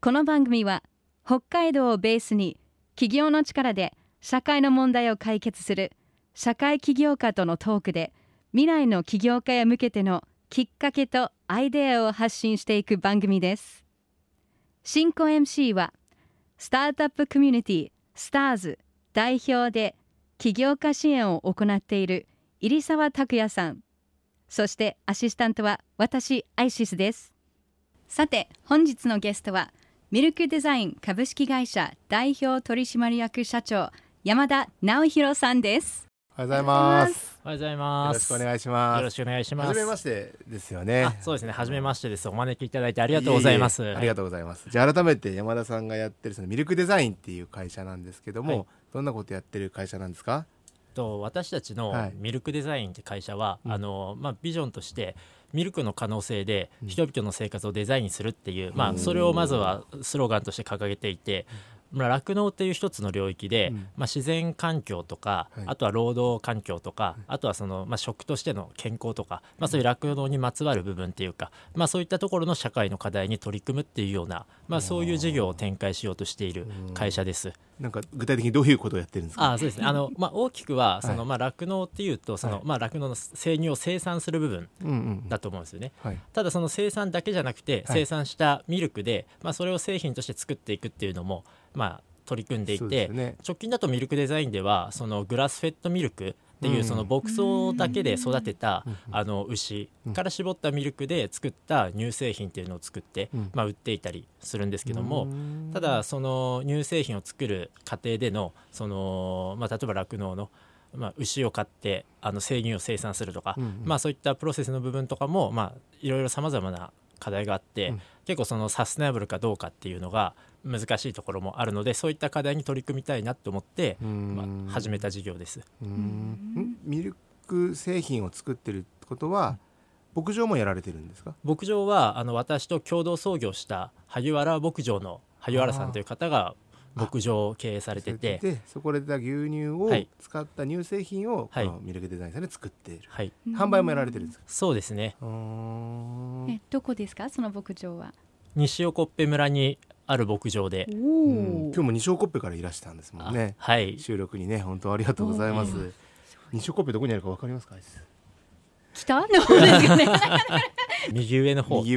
この番組は北海道をベースに企業の力で社会の問題を解決する社会起業家とのトークで、未来の起業家へ向けてのきっかけとアイデアを発信していく番組です。進行 MC はスタートアップコミュニティスターズ代表で起業家支援を行っている入澤拓也さん、そしてアシスタントは私アイシスです。さて本日のゲストはミルクデザイン株式会社代表取締役社長山田直弘さんです。 おはようございます。 おはようございます。 よろしくお願いします。 よろしくお願いします。 はじめましてですよね。 そうですね、はじめましてです。お招きいただいてありがとうございます。 ありがとうございます。じゃあ改めて山田さんがやってるそのミルクデザインっていう会社なんですけども、はい、どんなことやってる会社なんですか？ 私たちのミルクデザインって会社は、ビジョンとしてミルクの可能性で人々の生活をデザインするっていう、それをまずはスローガンとして掲げていて、酪農っていう一つの領域で、自然環境とか、あとは労働環境とか、あとはその、食としての健康とか、そういう酪農にまつわる部分っていうか、そういったところの社会の課題に取り組むっていうような、そういう事業を展開しようとしている会社です。 なんか具体的にどういうことをやってるんですか？ そうですね、大きくはその、酪農っていうとその、酪農の生乳を生産する部分だと思うんですよね。ただその生産だけじゃなくて、生産したミルクで、それを製品として作っていくっていうのも取り組んでいて、直近だとミルクデザインではそのグラスフェッドミルクっていうその牧草だけで育てた牛から絞ったミルクで作った乳製品っていうのを作って売っていたりするんですけども、ただその乳製品を作る過程でのその例えば酪農の牛を飼って生乳を生産するとか、そういったプロセスの部分とかもいろいろさまざまな課題があって、結構そのサステナブルかどうかっていうのが難しいところもあるので、そういった課題に取り組みたいなと思って始めた事業です。 ミルク製品を作ってるってことは、牧場もやられてるんですか？ 牧場は私と共同創業した萩原牧場の萩原さんという方が牧場を経営されてて、 そこで出た牛乳を使った乳製品をこのミルクデザインさんで作っている、販売もやられてるんですか？ そうですね。 どこですか、その牧場は？ 西興部村にある牧場で、 今日も西興部からいらしたんですもんね。収録にね、本当ありがとうございます。西興部どこにあるか分かりますか？ 北の方ですかね。 右上の方そう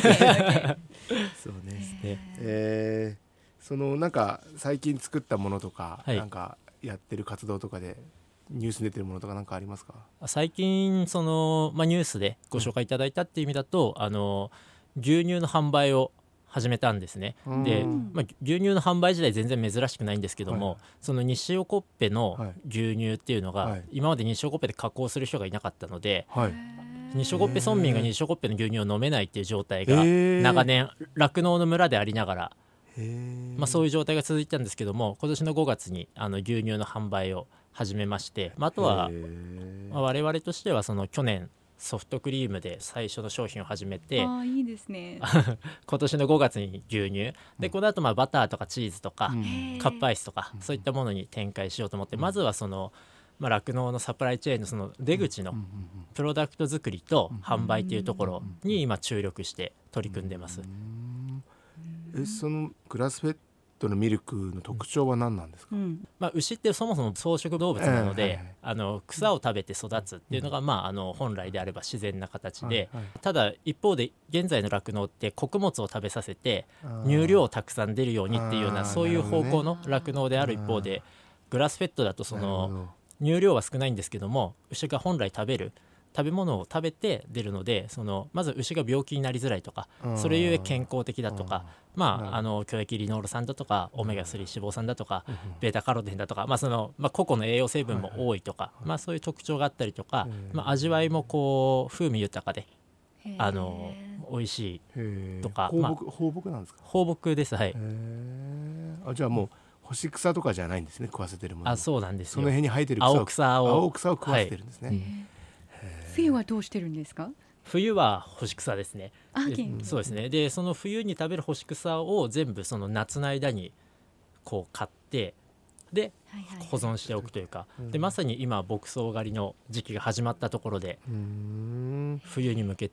ね。そのなんか最近作ったものとか、なんかやってる活動とかでニュースに出てるものとかなんかありますか？ 最近その、ニュースでご紹介いただいたっていう意味だと、牛乳の販売を始めたんですね。で、牛乳の販売自体全然珍しくないんですけども、その西興部の牛乳っていうのが、今まで西興部で加工する人がいなかったので、西興部村民が西興部の牛乳を飲めないっていう状態が長年酪農の村でありながら、そういう状態が続いたんですけども、今年の5月に牛乳の販売を始めまして、あとは、我々としてはその去年ソフトクリームで最初の商品を始めて、 いいですね。 今年の5月に牛乳で、この後バターとかチーズとか、カップアイスとか、そういったものに展開しようと思って、まずはその酪農のサプライチェーンのその出口のプロダクト作りと販売というところに今注力して取り組んでます。 そのグラスフェッドのミルクの特徴は何なんですか？ 牛ってそもそも草食動物なので、草を食べて育つっていうのが、本来であれば自然な形で、ただ一方で現在の酪農って穀物を食べさせて乳量をたくさん出るようにっていうような、そういう方向の酪農である一方で、グラスフェッドだとその乳量は少ないんですけども、牛が本来食べる食べ物を食べて出るので、そのまず牛が病気になりづらいとか、それゆえ健康的だとか、強液リノール酸だとかオメガ3脂肪酸だとかベータカロテンだとか、個々の栄養成分も多いとか、そういう特徴があったりとか、味わいもこう風味豊かで美味しいとか。 放牧なんですか？ 放牧です。 じゃあもう干し草とかじゃないんですね、食わせてるもの。 そうなんですよ。 その辺に生えてる青草を食わせてるんですね。 冬はどうしてるんですか？ 冬は干し草ですね。そうですね。でその冬に食べる干し草を全部その夏の間にこう買ってで保存しておくというか、でまさに今牧草狩りの時期が始まったところで、冬に向けて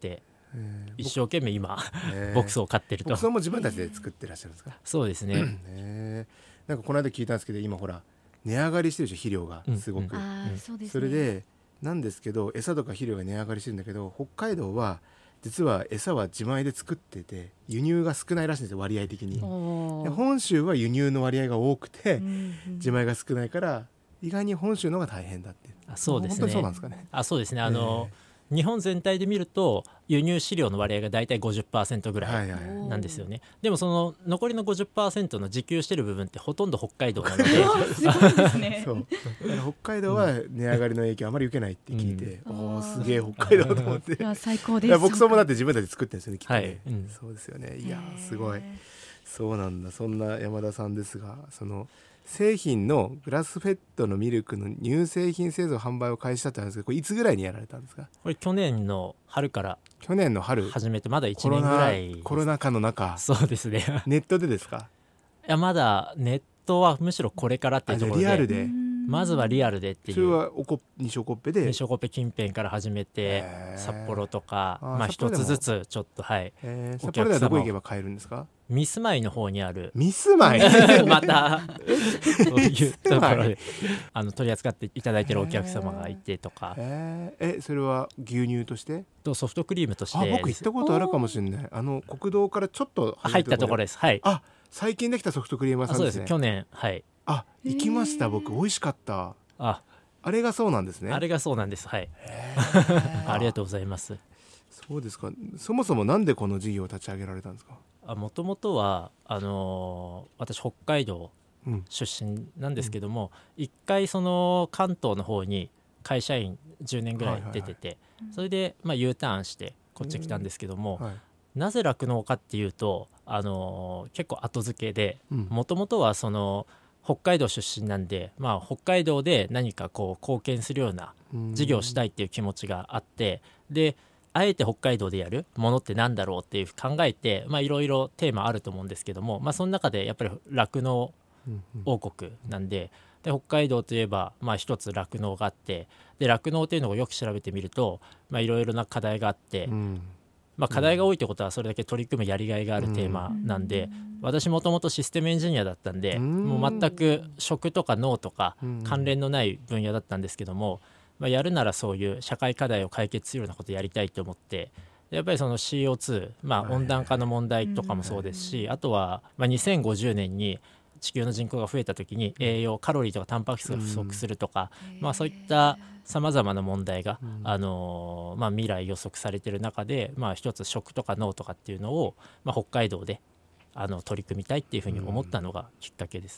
一生懸命今牧草を飼ってると。 牧草も自分たちで作ってらっしゃるんですか？ そうですね。 なんかこの間聞いたんですけど、今ほら値上がりしてるでしょ、肥料がすごく、それでなんですけど、餌とか肥料が値上がりしてるんだけど、北海道は実は餌は自前で作ってて輸入が少ないらしいんですよ、割合的に。で本州は輸入の割合が多くて、自前が少ないから意外に本州の方が大変だって。 そうですね。 本当にそうなんですかね？ そうですね。日本全体で見ると輸入飼料の割合がだいたい 50% ぐらいなんですよね。でもその残りの 50% の自給してる部分ってほとんど北海道なのですごいですね。 そう北海道は値上がりの影響あまり受けないって聞いて、すげえ北海道と思って。 いや最高です。 牧草もだって自分たちで作ってるんですよね、きっとね。そうですよね。いやすごい。そうなんだ。そんな山田さんですが、その製品のグラスフェッドのミルクの乳製品製造販売を開始したってあるんですけど、これいつぐらいにやられたんですか？ これ去年の春から始めてまだ1年ぐらい。 コロナ禍の中。 そうですね。 ネットでですか？ いやまだネットはむしろこれからっていうところで、 リアルでまずはリアルでっていう。 それは西おこっぺで、 西おこっぺ近辺から始めて、札幌とか一つずつちょっと札幌ではどこ行けば買えるんですか？ ミスマイの方にある。 ミスマイまたそういうところで取り扱っていただいてるお客様がいてとか。 それは牛乳としてとソフトクリームとして。 僕行ったことあるかもしれない。国道からちょっと入ったところです。はい。 最近できたソフトクリーム屋さんですね。 そうです。去年。はい。 行きました。僕美味しかった。あれがそうなんですね。 あれがそうなんです。はい。ありがとうございます。 そうですか。そもそもなんでこの事業を立ち上げられたんですか？ もともとは私北海道出身なんですけども、一回その関東の方に会社員10年ぐらい出てて、それでU ターンしてこっち来たんですけども、なぜ酪農かっていうと結構後付けで、もともとはその北海道出身なんで、北海道で何かこう貢献するような事業をしたいっていう気持ちがあって、であえて北海道でやるものってなんだろうっていう考えて、いろいろテーマあると思うんですけども、その中でやっぱり酪農王国なんで、北海道といえば一つ酪農があって、で酪農というのをよく調べてみるといろいろな課題があって、課題が多いってことはそれだけ取り組むやりがいがあるテーマなんで、私もともとシステムエンジニアだったんで、もう全く食とか農とか関連のない分野だったんですけども、やるならそういう社会課題を解決するようなことをやりたいと思って、やっぱりその CO2、温暖化の問題とかもそうですし、あとは2050年に地球の人口が増えた時に栄養カロリーとかタンパク質が不足するとか、そういったさまざまな問題が、未来予測されている中で、一つ食とか農とかっていうのを、北海道で取り組みたいっていうふうに思ったのがきっかけです。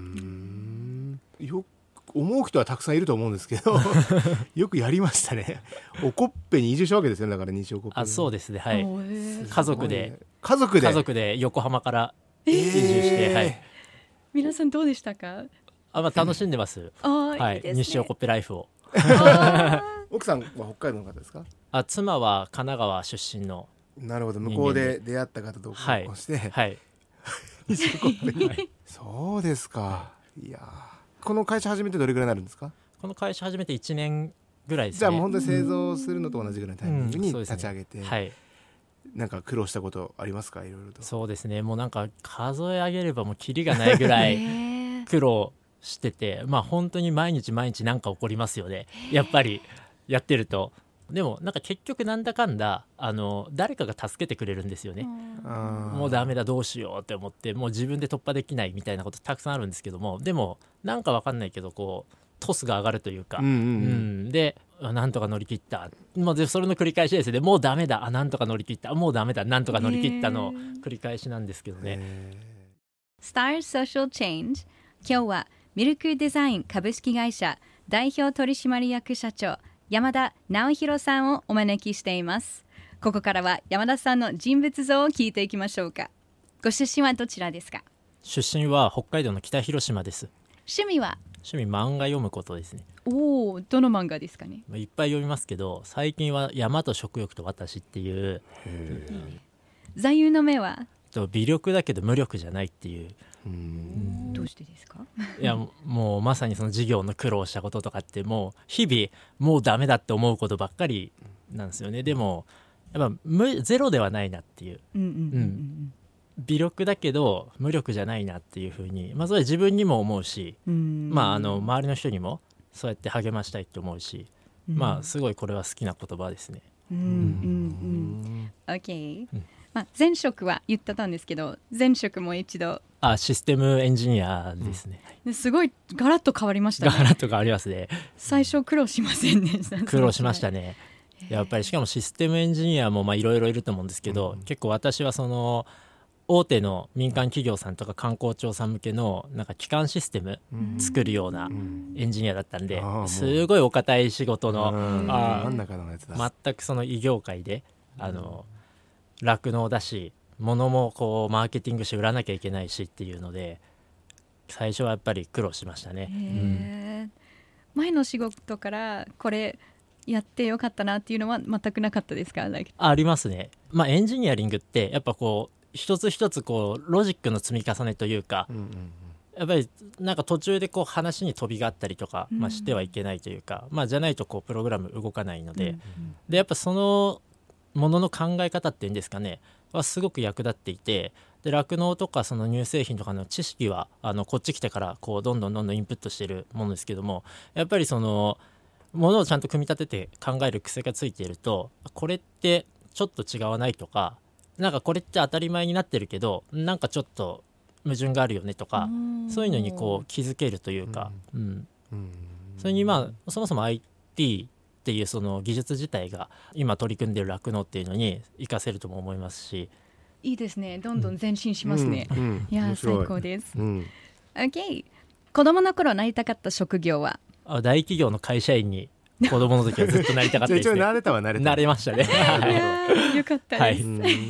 思う人はたくさんいると思うんですけどよくやりましたね。おこっぺに移住したわけですよね。だから西おこっぺ。 そうですね。はい。家族で横浜から移住して、はい。 皆さんどうでしたか？ 楽しんでます。はい。西おこっぺライフを。 奥さんは北海道の方ですか？ 妻は神奈川出身の。 なるほど。向こうで出会った方と結婚して、はい。西おこっぺに。そうですか。いや。この会社始めてどれぐらいになるんですか？ この会社始めて1年ぐらいですね。 じゃあもう本当に製造するのと同じぐらいのタイミングに立ち上げて、はい、なんか苦労したことありますか？いろいろと。 そうですね。もうなんか数え上げればもうキリがないぐらい苦労してて本当に毎日なんか起こりますよね。やっぱりやってると。でもなんか結局なんだかんだ誰かが助けてくれるんですよね。もうダメだどうしようって思ってもう自分で突破できないみたいなことたくさんあるんですけども、でもなんか分かんないけどこうトスが上がるというか、でなんとか乗り切った、それの繰り返しですね。もうダメだなんとか乗り切った、もうダメだなんとか乗り切ったの繰り返しなんですけどね。 Stars Social Change、 今日はミルクデザイン株式会社代表取締役社長山田直弘さんをお招きしています。ここからは山田さんの人物像を聞いていきましょうか。ご出身はどちらですか？ 出身は北海道の北広島です。 趣味は？ 趣味漫画読むことですね。 どの漫画ですかね？ いっぱい読みますけど最近は山と食欲と私っていう。 座右の銘は？ 微力だけど無力じゃないっていう。 どうしてですか？ いやもうまさにその事業の苦労したこととかってもう日々もうダメだって思うことばっかりなんですよね。でもやっぱゼロではないなっていう、微力だけど無力じゃないなっていうふうに、それ自分にも思うし、周りの人にもそうやって励ましたいって思うし、すごいこれは好きな言葉ですね。 OK、前職は言ってたんですけど、前職も一度システムエンジニアですね、 すごいガラッと変わりましたね。 ガラッと変わりますね。 最初苦労しませんでした？ 苦労しましたね。やっぱりしかもシステムエンジニアもいろいろいると思うんですけど、結構私はその大手の民間企業さんとか観光庁さん向けのなんか基幹システム作るようなエンジニアだったんで、すごいお堅い仕事の全くその異業界で酪農だし、物もこうマーケティングして売らなきゃいけないしっていうので、最初はやっぱり苦労しましたね。 前の仕事からこれやってよかったなっていうのは全くなかったですか？ ありますね。エンジニアリングってやっぱこう一つ一つこうロジックの積み重ねというか、やっぱりなんか途中でこう話に飛びがあったりとか、してはいけないというか、じゃないとこうプログラム動かないので、でやっぱそのものの考え方っていうんですかねはすごく役立っていて、で酪農とかその乳製品とかの知識はこっち来てからこうどんどんインプットしているものですけども、やっぱりそのものをちゃんと組み立てて考える癖がついていると、これってちょっと違わないとか、なんかこれって当たり前になってるけどなんかちょっと矛盾があるよねとか、そういうのにこう気づけるというか、それにそもそも IT っていうその技術自体が今取り組んでいる酪農っていうのに活かせるとも思いますし、 いいですね。どんどん前進しますね。いや最高です。OK、 子供の頃なりたかった職業は？ 大企業の会社員に子供の時はずっとなりたかったですね。慣れましたね。 よかったです。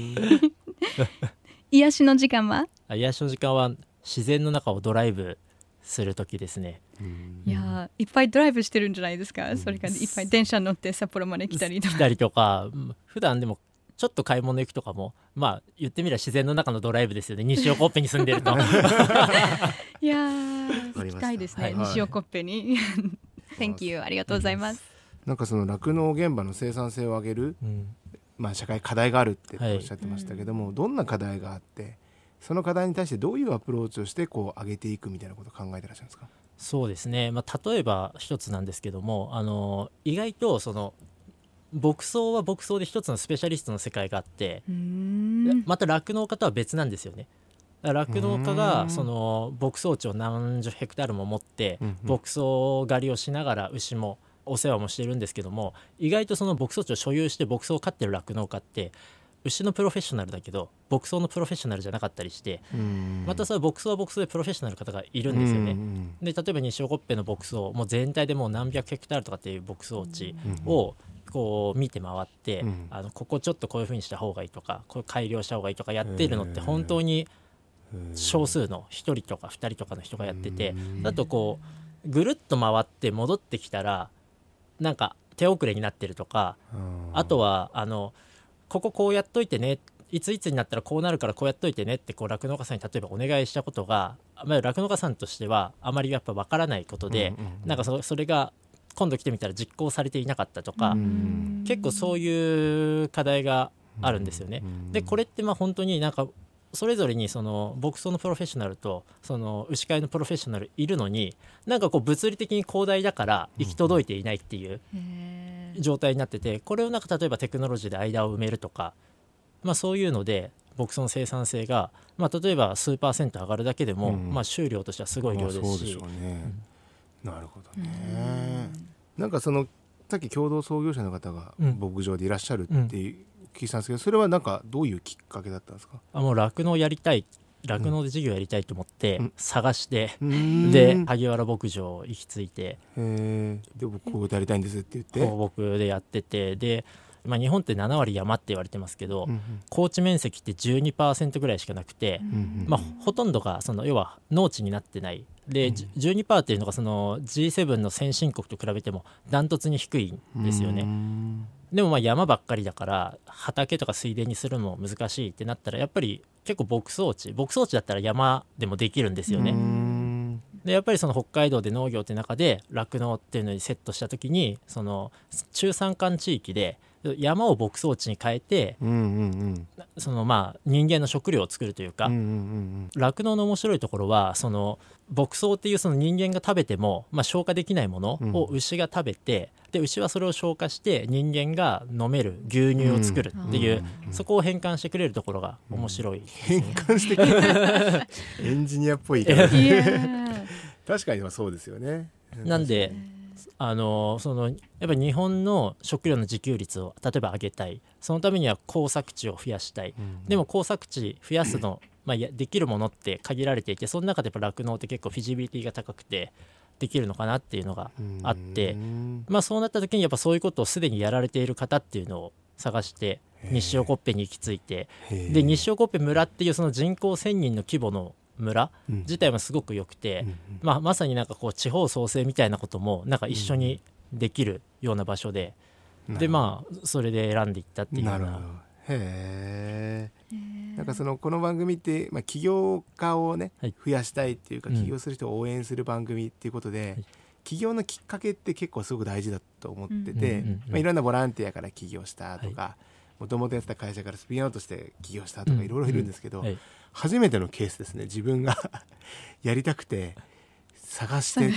癒しの時間は？ 癒しの時間は自然の中をドライブする時ですね。 いやいっぱいドライブしてるんじゃないですか？それからいっぱい電車乗って札幌まで来たりとか、普段でもちょっと買い物行くとかも言ってみれば自然の中のドライブですよね。西横っぺに住んでるといや行きたいですね、西横っぺにThank you、 ありがとうございます。 なんかその酪農現場の生産性を上げる、社会課題があるっておっしゃってましたけども、どんな課題があって、その課題に対してどういうアプローチをしてこう上げていくみたいなことを考えてらっしゃるんですか？ そうですね、例えば一つなんですけども、意外とその牧草は牧草で一つのスペシャリストの世界があって、また酪農家とは別なんですよね。酪農家がその牧草地を何十ヘクタールも持って牧草狩りをしながら牛もお世話もしてるんですけども、意外とその牧草地を所有して牧草を飼ってる酪農家って牛のプロフェッショナルだけど牧草のプロフェッショナルじゃなかったりして、またそれ牧草は牧草でプロフェッショナルの方がいるんですよね。で例えば西横っぺの牧草もう全体でもう何百ヘクタールとかっていう牧草地をこう見て回って、ここちょっとこういう風にした方がいいとか、こう改良した方がいいとかやっているのって本当に少数の1人とか2人とかの人がやってて、だとこうぐるっと回って戻ってきたらなんか手遅れになってるとか、あとはここうやっといてね、いついつになったらこうなるからこうやっといてねってこう酪農家さんに例えばお願いしたことが、酪農家さんとしてはあまりやっぱ分からないことで、なんかそれが今度来てみたら実行されていなかったとか、結構そういう課題があるんですよね。でこれって本当になんかそれぞれにその牧草のプロフェッショナルとその牛飼いのプロフェッショナルいるのに、なんかこう物理的に広大だから行き届いていないっていう状態になってて、これをなんか例えばテクノロジーで間を埋めるとか、そういうので牧草の生産性が、例えば数%上がるだけでも、収量としてはすごい量ですし、 そうでしょうね。なるほどね。なんかそのさっき共同創業者の方が牧場でいらっしゃるっていう聞いたんですけど、それはなんかどういうきっかけだったんですか？ もう酪農やりたい、酪農で事業やりたいと思って探して、で萩原牧場行き着いて、 で僕こうやりたいんですって言って放牧でやってて、で日本って7割山って言われてますけど、耕地面積って 12% ぐらいしかなくて、ほとんどがその要は農地になってないで、12% っていうのがその G7 の先進国と比べてもダントツに低いんですよね。でも山ばっかりだから畑とか水田にするのも難しいってなったら、やっぱり結構牧草地だったら山でもできるんですよね。でやっぱりその北海道で農業って中で酪農っていうのにセットした時に、その中山間地域で山を牧草地に変えて、そのまあ人間の食料を作るというか、酪農の面白いところはその牧草っていうその人間が食べても、まあ、消化できないものを牛が食べて、で牛はそれを消化して人間が飲める牛乳を作るっていう、そこを変換してくれるところが面白いですね。 変換してくれるエンジニアっぽいから確かにそうですよね。 なんでそのやっぱり日本の食料の自給率を例えば上げたい、そのためには耕作地を増やしたい、でも耕作地増やすの、まあ、できるものって限られていて、その中でやっぱ酪農って結構フィジビリティが高くてできるのかなっていうのがあって、まあ、そうなった時にやっぱそういうことをすでにやられている方っていうのを探して西横っぺに行き着いて、で西横っぺ村っていうその人口1000人の規模の村自体もすごく良くて、まあ、まさになんかこう地方創生みたいなこともなんか一緒にできるような場所で、でまあそれで選んでいったっていうような。 へー。なんかこの番組って、まあ、起業家をね、増やしたいっていうか、起業する人を応援する番組っていうことで、起業のきっかけって結構すごく大事だと思ってて、まあ、いろんなボランティアから起業したとか、もともとやってた会社からスピンアウトして起業したとかいろいろいるんですけど、初めてのケースですね。自分がやりたくて探して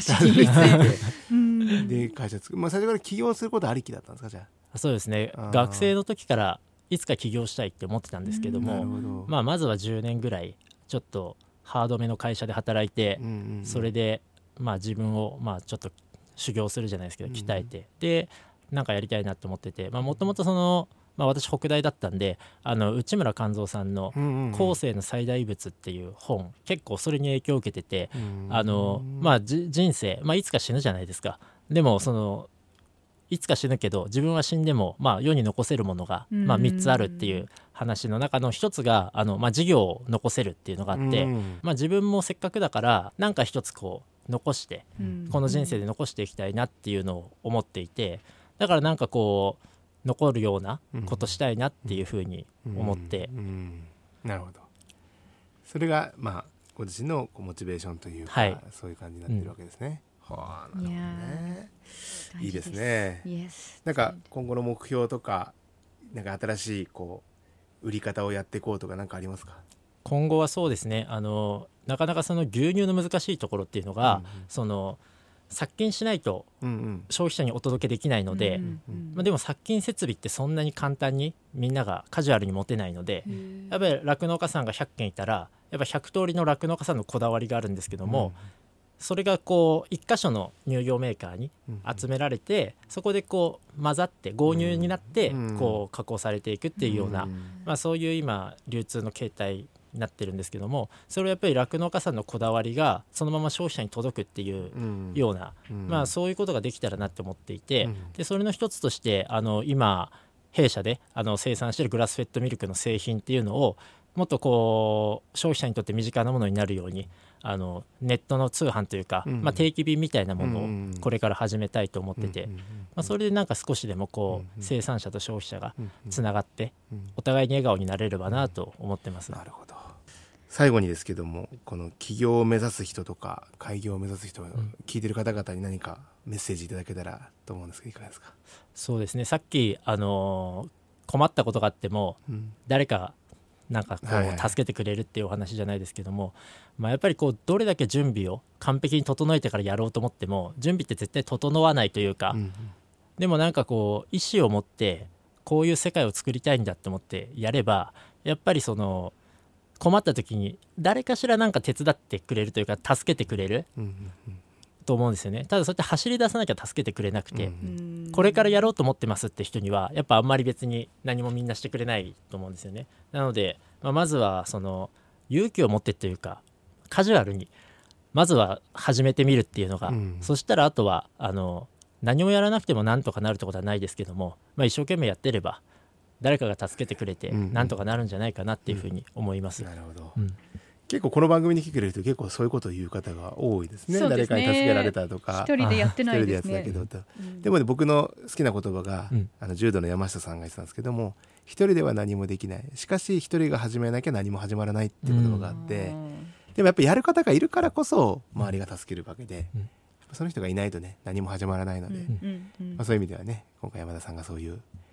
で会社作る、まあ、最初から起業することありきだったんですか？じゃあそうですね。学生の時からいつか起業したいって思ってたんですけども、まあ、まずは10年ぐらいちょっとハードめの会社で働いて、それでまあ自分をまあちょっと修行するじゃないですけど鍛えて、でなんかやりたいなと思ってて、もともとまあ、私北大だったんで内村勘三さんの「後世の最大物」っていう本、結構それに影響を受けてて、まあ、人生、まあ、いつか死ぬじゃないですか。でもいつか死ぬけど自分は死んでも、まあ、世に残せるものが、まあ、3つあるっていう話の中の一つがまあ、事業を残せるっていうのがあって、まあ、自分もせっかくだからなんか一つこう残して、この人生で残していきたいなっていうのを思っていて、だからなんかこう残るようなことしたいなっていうふうに思って、 なるほど。それがまあご自身のモチベーションというか、そういう感じになってるわけですね。はあ、なるほどね。いいですね。なんか今後の目標とか、なんか新しいこう売り方をやっていこうとか何かありますか？ 今後はそうですね、なかなか牛乳の難しいところっていうのが、殺菌しないと消費者にお届けできないので、まあ、でも殺菌設備ってそんなに簡単にみんながカジュアルに持てないので、やっぱり酪農家さんが100軒いたらやっぱ100通りの酪農家さんのこだわりがあるんですけども、それがこう1箇所の乳業メーカーに集められて、そこでこう混ざって合乳になってこう加工されていくっていうような、まあ、そういう今流通の形態になってるんですけども、それはやっぱり酪農家さんのこだわりがそのまま消費者に届くっていうような、まあ、そういうことができたらなって思っていて、でそれの一つとして今弊社で生産しているグラスフェッドミルクの製品っていうのをもっとこう消費者にとって身近なものになるようにネットの通販というか、まあ、定期便みたいなものをこれから始めたいと思ってて、まあ、それでなんか少しでもこう生産者と消費者がつながってお互いに笑顔になれればなと思ってます。 なるほど。最後にですけども、この起業を目指す人とか開業を目指す人、聞いてる方々に何かメッセージいただけたらと思うんですけど、いかがですか？ そうですね、さっき困ったことがあっても、誰かなんかこう助けてくれるっていうお話じゃないですけども、まあ、やっぱりこうどれだけ準備を完璧に整えてからやろうと思っても準備って絶対整わないというか、でもなんかこう意思を持ってこういう世界を作りたいんだって思ってやれば、やっぱり困った時に誰かしらなんか手伝ってくれるというか助けてくれると思うんですよね。ただそうやって走り出さなきゃ助けてくれなくて、これからやろうと思ってますって人にはやっぱあんまり別に何もみんなしてくれないと思うんですよね。なので、まずは勇気を持ってというかカジュアルにまずは始めてみるっていうのが、そしたらあとは何もやらなくてもなんとかなるってことはないですけども、まあ、一生懸命やってれば誰かが助けてくれてなんとかなるんじゃないかなっていうふうに思います。 なるほど。結構この番組に来てくれる人結構そういうことを言う方が多いですね。誰かに助けられたとか一人でやってないですね。 一人でやってたけど、でもね、僕の好きな言葉が、柔道の山下さんが言ってたんですけども、一人では何もできない、しかし一人が始めなきゃ何も始まらないっていう言葉があって、でもやっぱりやる方がいるからこそ周りが助けるわけで、その人がいないとね何も始まらないので、そういう意味ではね、今回山田さんがそういう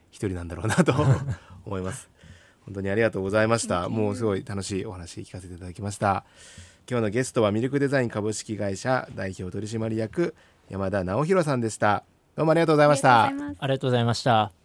一人なんだろうなと思います本当にありがとうございました。もうすごい楽しいお話聞かせていただきました。今日のゲストはミルクデザイン株式会社代表取締役山田直弘さんでした。どうもありがとうございました。 ありがとうございました。